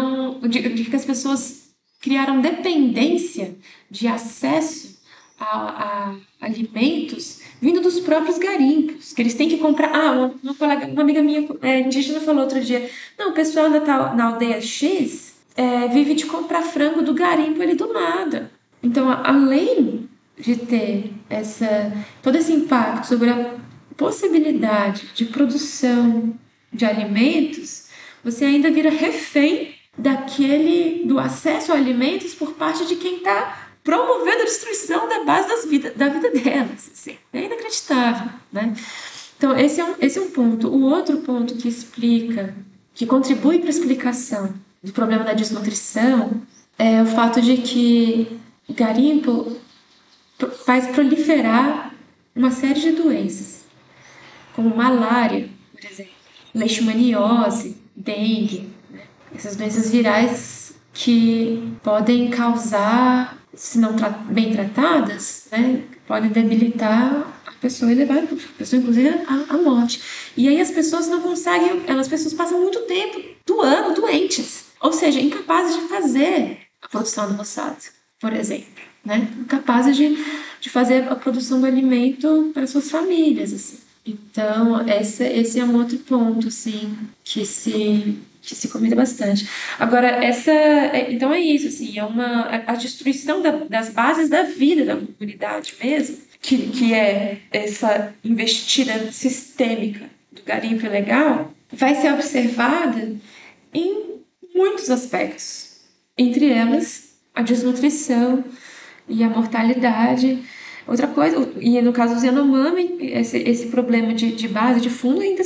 criaram dependência de acesso a alimentos vindo dos próprios garimpos, que eles têm que comprar. Uma amiga minha indígena falou outro dia, não, o pessoal ainda tá na aldeia X vive de comprar frango do garimpo ali do nada. Então, além de ter todo esse impacto sobre a possibilidade de produção de alimentos, você ainda vira refém do acesso a alimentos por parte de quem está promovendo a destruição da base da vida delas. Assim, é inacreditável, né? Então, esse é um ponto. O outro ponto que contribui para a explicação do problema da desnutrição é o fato de que o garimpo faz proliferar uma série de doenças, como malária, por exemplo, leishmaniose, dengue, né? Essas doenças virais que podem causar, se não bem tratadas, né, podem debilitar a pessoa e levar a pessoa, inclusive, à morte. E aí as pessoas não conseguem, as pessoas passam muito tempo do ano doentes, ou seja, incapazes de fazer a produção do roçado, por exemplo, né? Incapazes de fazer a produção do alimento para suas famílias, assim. Então, esse é um outro ponto, assim, que se comenta bastante. Agora, então é isso, assim, a destruição das bases da vida da comunidade mesmo, que é essa investida sistêmica do garimpo ilegal, vai ser observada em muitos aspectos, entre elas a desnutrição e a mortalidade. Outra coisa, e no caso do Yanomami, esse problema de base, de fundo, ainda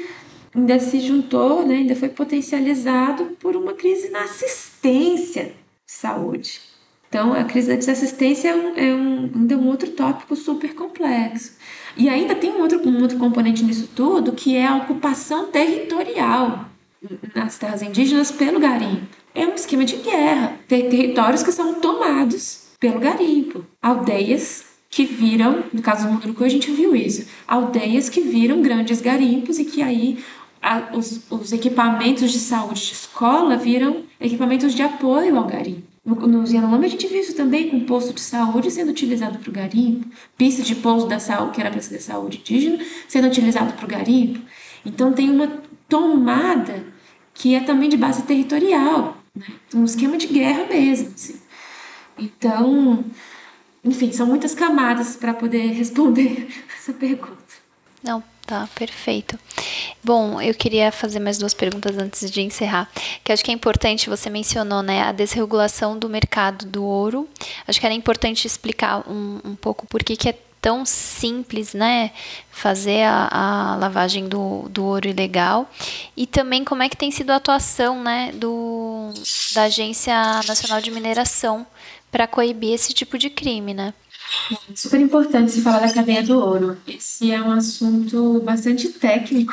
se juntou, né, ainda foi potencializado por uma crise na assistência de saúde. Então, a crise da desassistência ainda é um outro tópico super complexo. E ainda tem um outro componente nisso tudo, que é a ocupação territorial nas terras indígenas pelo garimpo. É um esquema de guerra. Tem territórios que são tomados pelo garimpo. Aldeias que viram, no caso do Munduruku a gente viu isso, aldeias que viram grandes garimpos e que aí os equipamentos de saúde de escola viram equipamentos de apoio ao garimpo. No Yanomami a gente viu isso também, com posto de saúde sendo utilizado para o garimpo, pista de pouso da saúde, que era para ser da saúde indígena, sendo utilizado para o garimpo. Então tem uma tomada que é também de base territorial, né? Um esquema de guerra mesmo, assim. Então, enfim, são muitas camadas para poder responder essa pergunta. Não, tá, perfeito. Bom, eu queria fazer mais 2 perguntas antes de encerrar, que acho que é importante, você mencionou, né, a desregulação do mercado do ouro. Acho que era importante explicar um pouco por que é tão simples, né, fazer a lavagem do ouro ilegal, e também como é que tem sido a atuação, né, da Agência Nacional de Mineração para coibir esse tipo de crime, né? Super importante se falar da cadeia do ouro. Esse é um assunto bastante técnico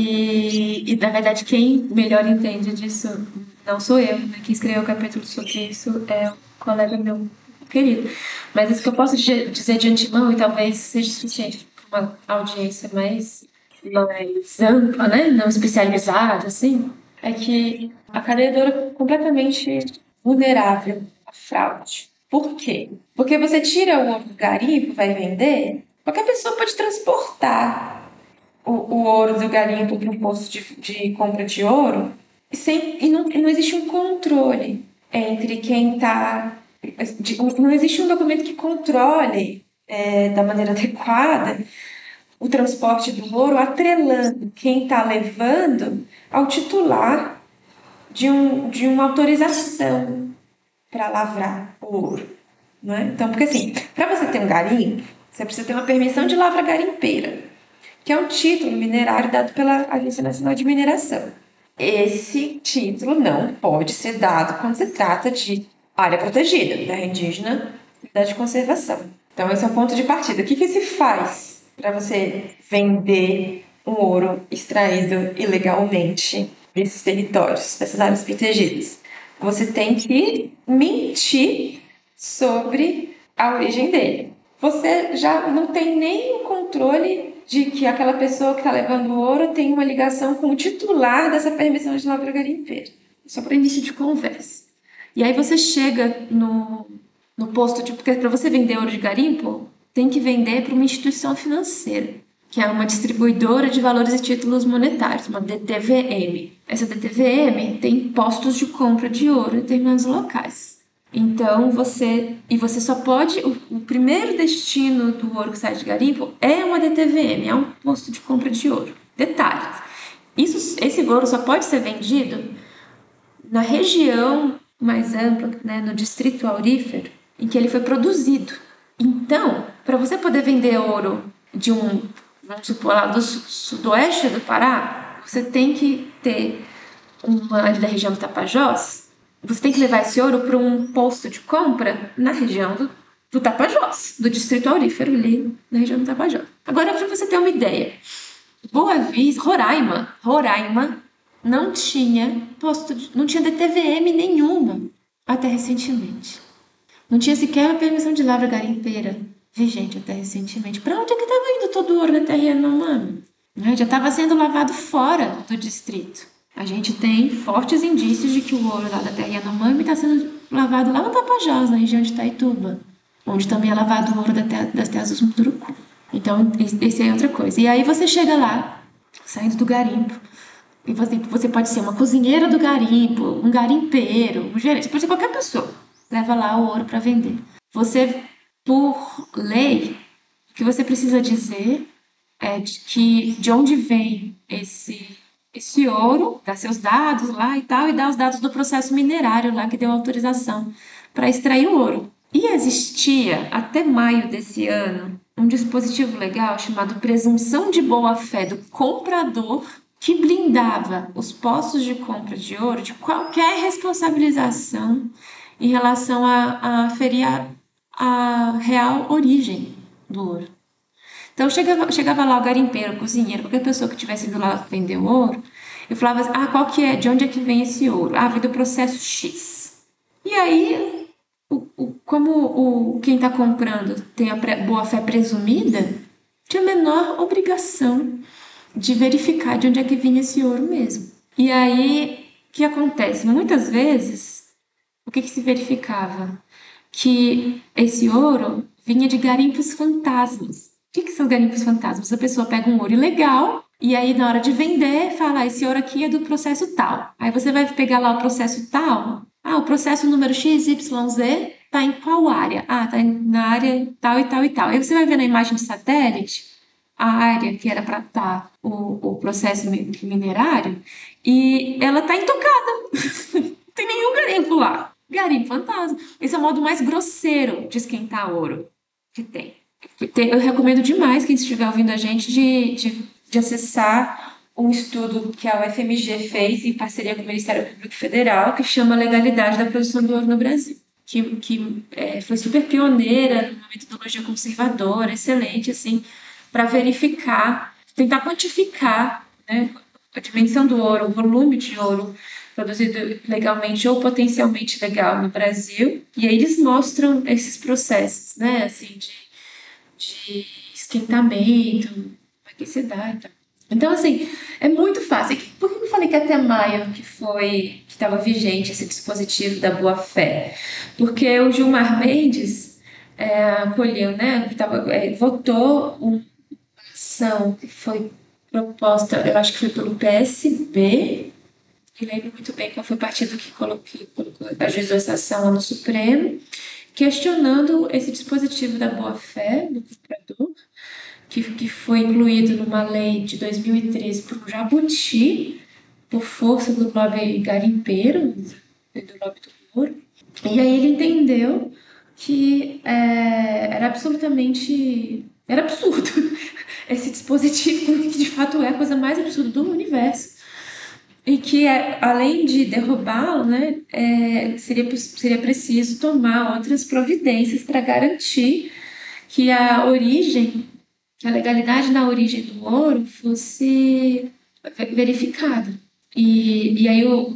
e na verdade, quem melhor entende disso não sou eu, né? Quem escreveu o capítulo sobre isso é um colega meu querido. Mas isso que eu posso dizer de antemão, e talvez seja suficiente para uma audiência mais ampla, né? Não especializada, assim, é que a cadeia do ouro é completamente vulnerável à fraude. Por quê? Porque você tira o ouro do garimpo, vai vender, qualquer pessoa pode transportar o ouro do garimpo para um posto de compra de ouro e não existe um controle entre quem está... Não existe um documento que controle da maneira adequada o transporte do ouro, atrelando quem está levando ao titular de uma autorização para lavrar o ouro, não é? Então, porque assim, para você ter um garimpo, você precisa ter uma permissão de lavra garimpeira, que é um título minerário dado pela Agência Nacional de Mineração. Esse título não pode ser dado quando se trata de área protegida, terra indígena, atividade de conservação. Então, esse é o ponto de partida. O que se faz para você vender um ouro extraído ilegalmente desses territórios, dessas áreas protegidas? Você tem que mentir sobre a origem dele. Você já não tem nem o controle de que aquela pessoa que está levando o ouro tem uma ligação com o titular dessa permissão de lavra garimpeira. Só para início de conversa. E aí você chega no posto de... Porque para você vender ouro de garimpo, tem que vender para uma instituição financeira, que é uma distribuidora de valores e títulos monetários, uma DTVM. Essa DTVM tem postos de compra de ouro em determinados locais. Então, você só pode... O primeiro destino do ouro que sai de garimpo é uma DTVM, é um posto de compra de ouro. Detalhe, esse ouro só pode ser vendido na região mais ampla, né, no distrito aurífero, em que ele foi produzido. Então, para você poder vender ouro de vamos supor, lá do sudoeste do Pará, você tem que ter ali da região do Tapajós, você tem que levar esse ouro para um posto de compra na região do Tapajós, do distrito aurífero ali na região do Tapajós. Agora, para você ter uma ideia, Boa Vista, Roraima não tinha não tinha DTVM nenhuma até recentemente. Não tinha sequer a permissão de lavra garimpeira vigente até recentemente. Para onde é que estava indo todo o ouro da terra Yanomami? Já estava sendo lavado fora do distrito. A gente tem fortes indícios de que o ouro lá da terra Yanomami está sendo lavado lá no Tapajós, na região de Itaituba, onde também é lavado o ouro das terras dos Munduruku. Então, esse é outra coisa. E aí você chega lá, saindo do garimpo, e você pode ser uma cozinheira do garimpo, um garimpeiro, um gerente, pode ser qualquer pessoa. Leva lá o ouro para vender. Você, por lei, o que você precisa dizer é de onde vem esse ouro, dá seus dados lá e tal, e dá os dados do processo minerário lá que deu autorização para extrair o ouro. E existia, até maio desse ano, um dispositivo legal chamado presunção de boa-fé do comprador, que blindava os postos de compra de ouro de qualquer responsabilização em relação a ferir a real origem do ouro. Então chegava lá o garimpeiro, o cozinheiro, qualquer pessoa que tivesse indo lá vender o ouro, eu falava assim, qual que é, de onde é que vem esse ouro? Vem do processo X. E aí, como quem está comprando tem a boa-fé presumida, tinha a menor obrigação de verificar de onde é que vinha esse ouro mesmo. E aí, o que acontece? Muitas vezes, o que se verificava? Que esse ouro vinha de garimpos fantasmas. O que são garimpos fantasmas? A pessoa pega um ouro ilegal e aí na hora de vender fala, esse ouro aqui é do processo tal. Aí você vai pegar lá o processo tal. O processo número XYZ está em qual área? Está na área tal e tal e tal. Aí você vai ver na imagem de satélite a área que era para estar o processo minerário e ela está intocada. Não tem nenhum garimpo lá. Garimpo fantasma. Esse é o modo mais grosseiro de esquentar ouro que tem. Eu recomendo demais quem estiver ouvindo a gente de acessar um estudo que a UFMG fez em parceria com o Ministério Público Federal, que chama Legalidade da Produção do Ouro no Brasil, que foi super pioneira, uma metodologia conservadora, excelente, assim, para verificar, tentar quantificar, né, a dimensão do ouro, o volume de ouro produzido legalmente ou potencialmente legal no Brasil. E aí eles mostram esses processos, né, assim, de esquentamento, aquecidade. Então, assim, é muito fácil. Por que eu falei que até maio que estava vigente esse dispositivo da boa-fé? Porque o Gilmar Mendes acolheu, né, votou uma ação que foi proposta, eu acho que foi pelo PSB, eu lembro muito bem qual foi o partido que ajuizou essa ação lá no Supremo, questionando esse dispositivo da boa-fé do comprador, que foi incluído numa lei de 2013 por um jabuti, por força do lobby garimpeiro, do lobby do ouro. E aí ele entendeu que era absurdo esse dispositivo, que de fato é a coisa mais absurda do universo. E que, além de derrubá-lo, né, seria preciso tomar outras providências para garantir que a legalidade na origem do ouro fosse verificada. E aí o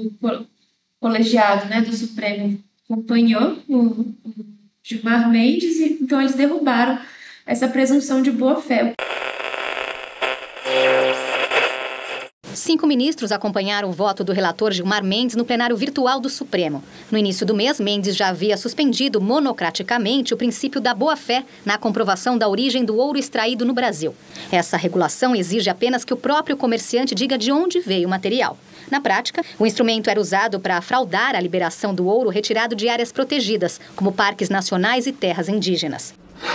colegiado, né, do Supremo acompanhou o Gilmar Mendes, e então eles derrubaram essa presunção de boa-fé. 5 ministros acompanharam o voto do relator Gilmar Mendes no plenário virtual do Supremo. No início do mês, Mendes já havia suspendido monocraticamente o princípio da boa-fé na comprovação da origem do ouro extraído no Brasil. Essa regulação exige apenas que o próprio comerciante diga de onde veio o material. Na prática, o instrumento era usado para fraudar a liberação do ouro retirado de áreas protegidas, como parques nacionais e terras indígenas.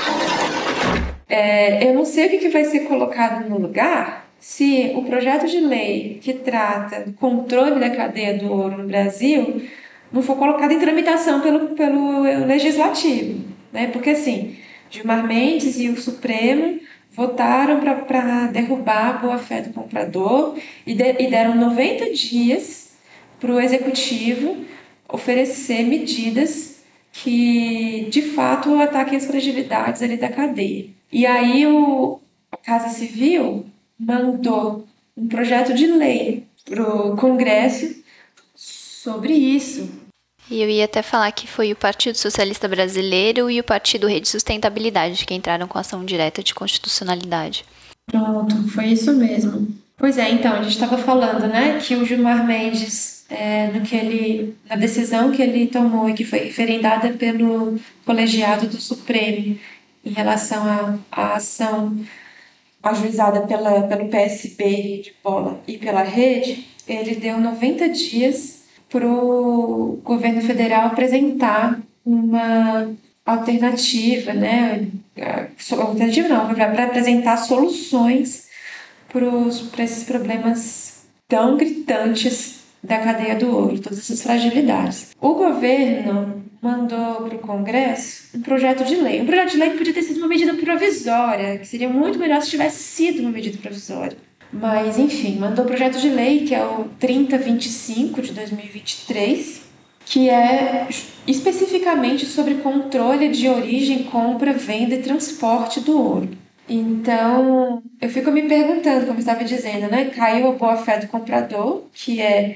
Eu não sei o que vai ser colocado no lugar se o projeto de lei que trata do controle da cadeia do ouro no Brasil não for colocado em tramitação pelo Legislativo, né? Porque, assim, Gilmar Mendes e o Supremo votaram para derrubar a boa-fé do comprador e deram 90 dias para o Executivo oferecer medidas que, de fato, ataquem as fragilidades ali da cadeia. E aí a Casa Civil mandou um projeto de lei para o Congresso sobre isso. E eu ia até falar que foi o Partido Socialista Brasileiro e o Partido Rede Sustentabilidade que entraram com ação direta de constitucionalidade. Pronto, foi isso mesmo. Pois é, então, a gente estava falando, né, que o Gilmar Mendes, na decisão que ele tomou e que foi referendada pelo colegiado do Supremo, em relação à ação ajuizada pelo PSB de Bola e pela Rede, ele deu 90 dias para o governo federal apresentar uma alternativa, né? Alternativa não, para apresentar soluções para esses problemas tão gritantes da cadeia do ouro, todas essas fragilidades. O governo mandou para o Congresso um projeto de lei. Um projeto de lei que podia ter sido uma medida provisória, que seria muito melhor se tivesse sido uma medida provisória. Mas, enfim, mandou um projeto de lei, que é o 3025 de 2023, que é especificamente sobre controle de origem, compra, venda e transporte do ouro. Então, eu fico me perguntando, como eu estava dizendo, né? Caiu a boa-fé do comprador, que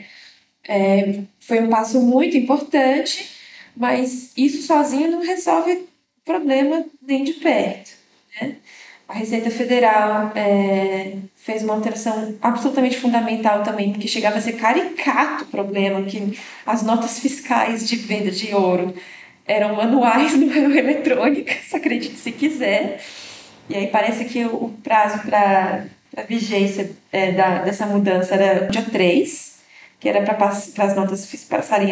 foi um passo muito importante, mas isso sozinho não resolve o problema nem de perto, né? A Receita Federal fez uma alteração absolutamente fundamental também, porque chegava a ser caricato o problema, que as notas fiscais de venda de ouro eram manuais, não eram eletrônicas, acredite se quiser. E aí parece que o prazo para a vigência dessa mudança era dia 3, que era para as notas passarem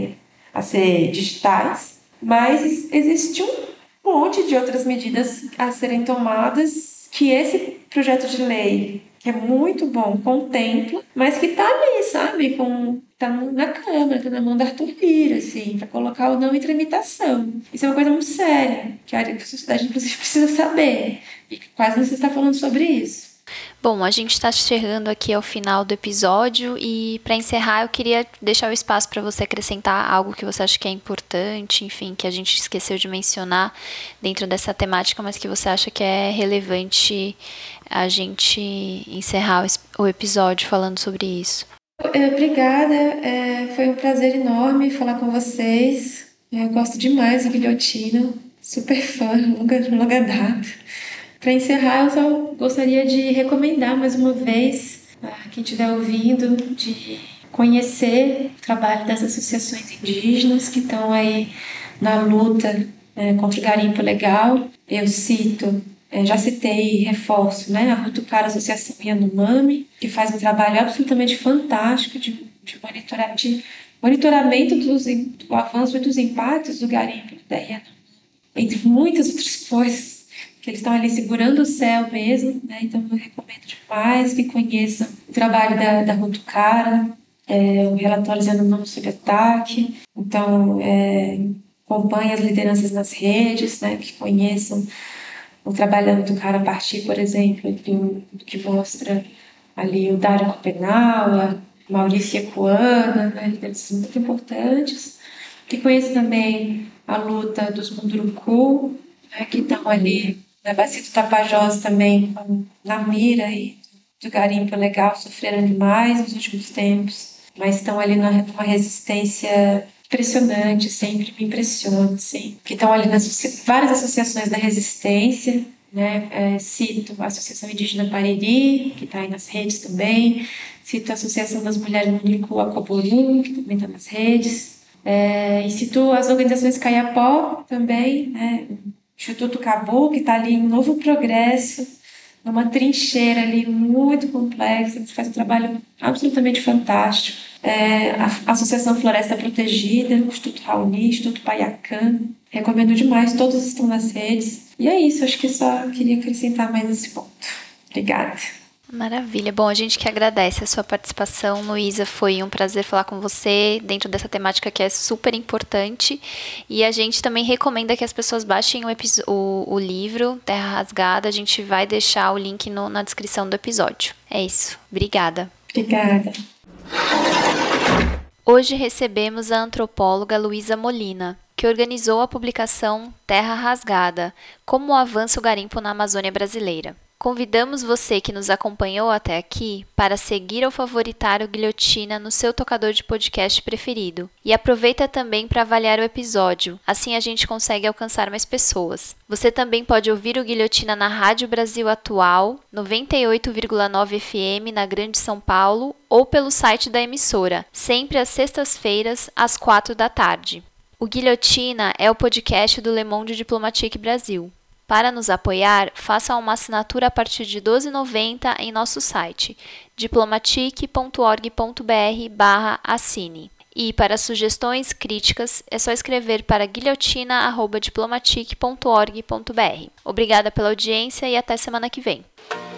a ser digitais. Mas existe um monte de outras medidas a serem tomadas que esse projeto de lei, que é muito bom, contempla, mas que está ali, sabe? Está na Câmara, está na mão da Arthur Lira, assim, para colocar ou não em tramitação. Isso é uma coisa muito séria, que a sociedade, inclusive, precisa saber. E quase não se está falando sobre isso. Bom, a gente está chegando aqui ao final do episódio e, para encerrar, eu queria deixar o espaço para você acrescentar algo que você acha que é importante, enfim, que a gente esqueceu de mencionar dentro dessa temática, mas que você acha que é relevante a gente encerrar o episódio falando sobre isso. Obrigada, foi um prazer enorme falar com vocês. Eu gosto demais do Guilhotina, super fã, longa data. Para encerrar, eu só gostaria de recomendar mais uma vez a quem estiver ouvindo de conhecer o trabalho das associações indígenas que estão aí na luta contra o garimpo legal. Eu cito, já citei e reforço, né, a Rutucara Associação Yanomami, que faz um trabalho absolutamente fantástico de monitoramento do avanço e dos impactos do garimpo da Yanomami, entre muitas outras coisas, que eles estão ali segurando o céu mesmo, né? Então eu recomendo demais que conheçam o trabalho da Rutucara, o relatório Yanomami sobre ataque. Então acompanhe as lideranças nas redes, né? Que conheçam o trabalho da Rutucara a partir, por exemplo, do que mostra ali o Dário Copenaua, Maurício Ecoana, né? Lideranças muito importantes. Que conheçam também a luta dos Munduruku, né? Que estão ali na Bacia do Tapajós também, na mira aí do garimpo legal, sofreram demais nos últimos tempos, mas estão ali numa resistência impressionante, sempre me impressiona, assim, que estão ali nas várias associações da resistência, né? Cito a Associação Indígena Pariri, que está aí nas redes também, cito a Associação das Mulheres Munduruku Acoboru, que também está nas redes, e cito as organizações Kayapó também, né? Instituto Cabu, que está ali em Novo Progresso, numa trincheira ali muito complexa, que faz um trabalho absolutamente fantástico. A Associação Floresta Protegida, o Instituto Raoni, Instituto Paiacã, recomendo demais, todos estão nas redes. E é isso, acho que só queria acrescentar mais esse ponto. Obrigada. Maravilha. Bom, a gente que agradece a sua participação, Luísa. Foi um prazer falar com você dentro dessa temática que é super importante. E a gente também recomenda que as pessoas baixem o livro Terra Rasgada. A gente vai deixar o link na descrição do episódio. É isso. Obrigada. Obrigada. Hoje recebemos a antropóloga Luísa Molina, que organizou a publicação Terra Rasgada, Como avança o garimpo na Amazônia Brasileira. Convidamos você que nos acompanhou até aqui para seguir ou favoritar o Guilhotina no seu tocador de podcast preferido. E aproveita também para avaliar o episódio, assim a gente consegue alcançar mais pessoas. Você também pode ouvir o Guilhotina na Rádio Brasil Atual, 98,9 FM na Grande São Paulo, ou pelo site da emissora, sempre às sextas-feiras, às 4 da tarde. O Guilhotina é o podcast do Le Monde Diplomatique Brasil. Para nos apoiar, faça uma assinatura a partir de R$ 12,90 em nosso site, diplomatic.org.br/assine. E para sugestões, críticas, é só escrever para guilhotina@diplomatic.org.br. Obrigada pela audiência e até semana que vem.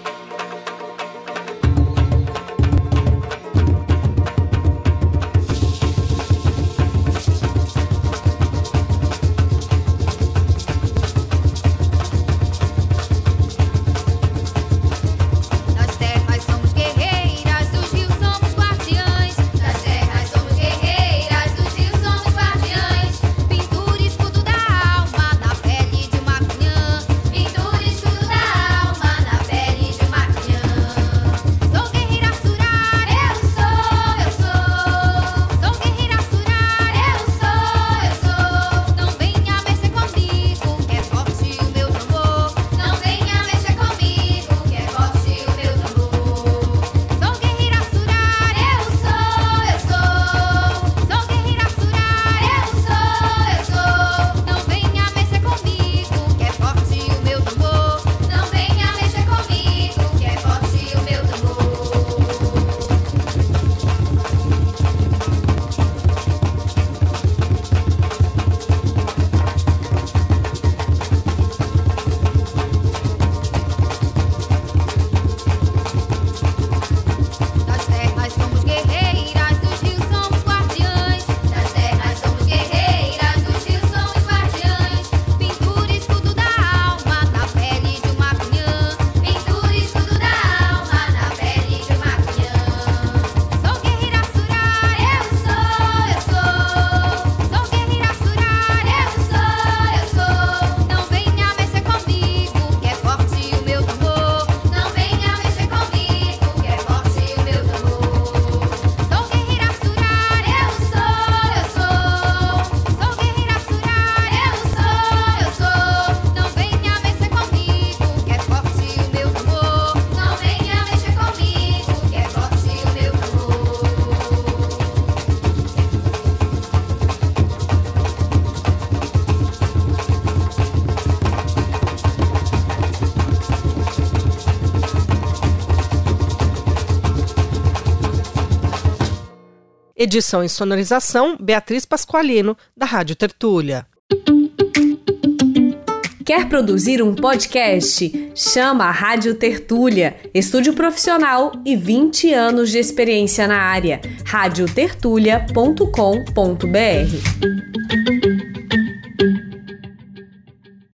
Edição e sonorização, Beatriz Pasqualino, da Rádio Tertúlia. Quer produzir um podcast? Chama a Rádio Tertúlia, estúdio profissional e 20 anos de experiência na área. radiotertulia.com.br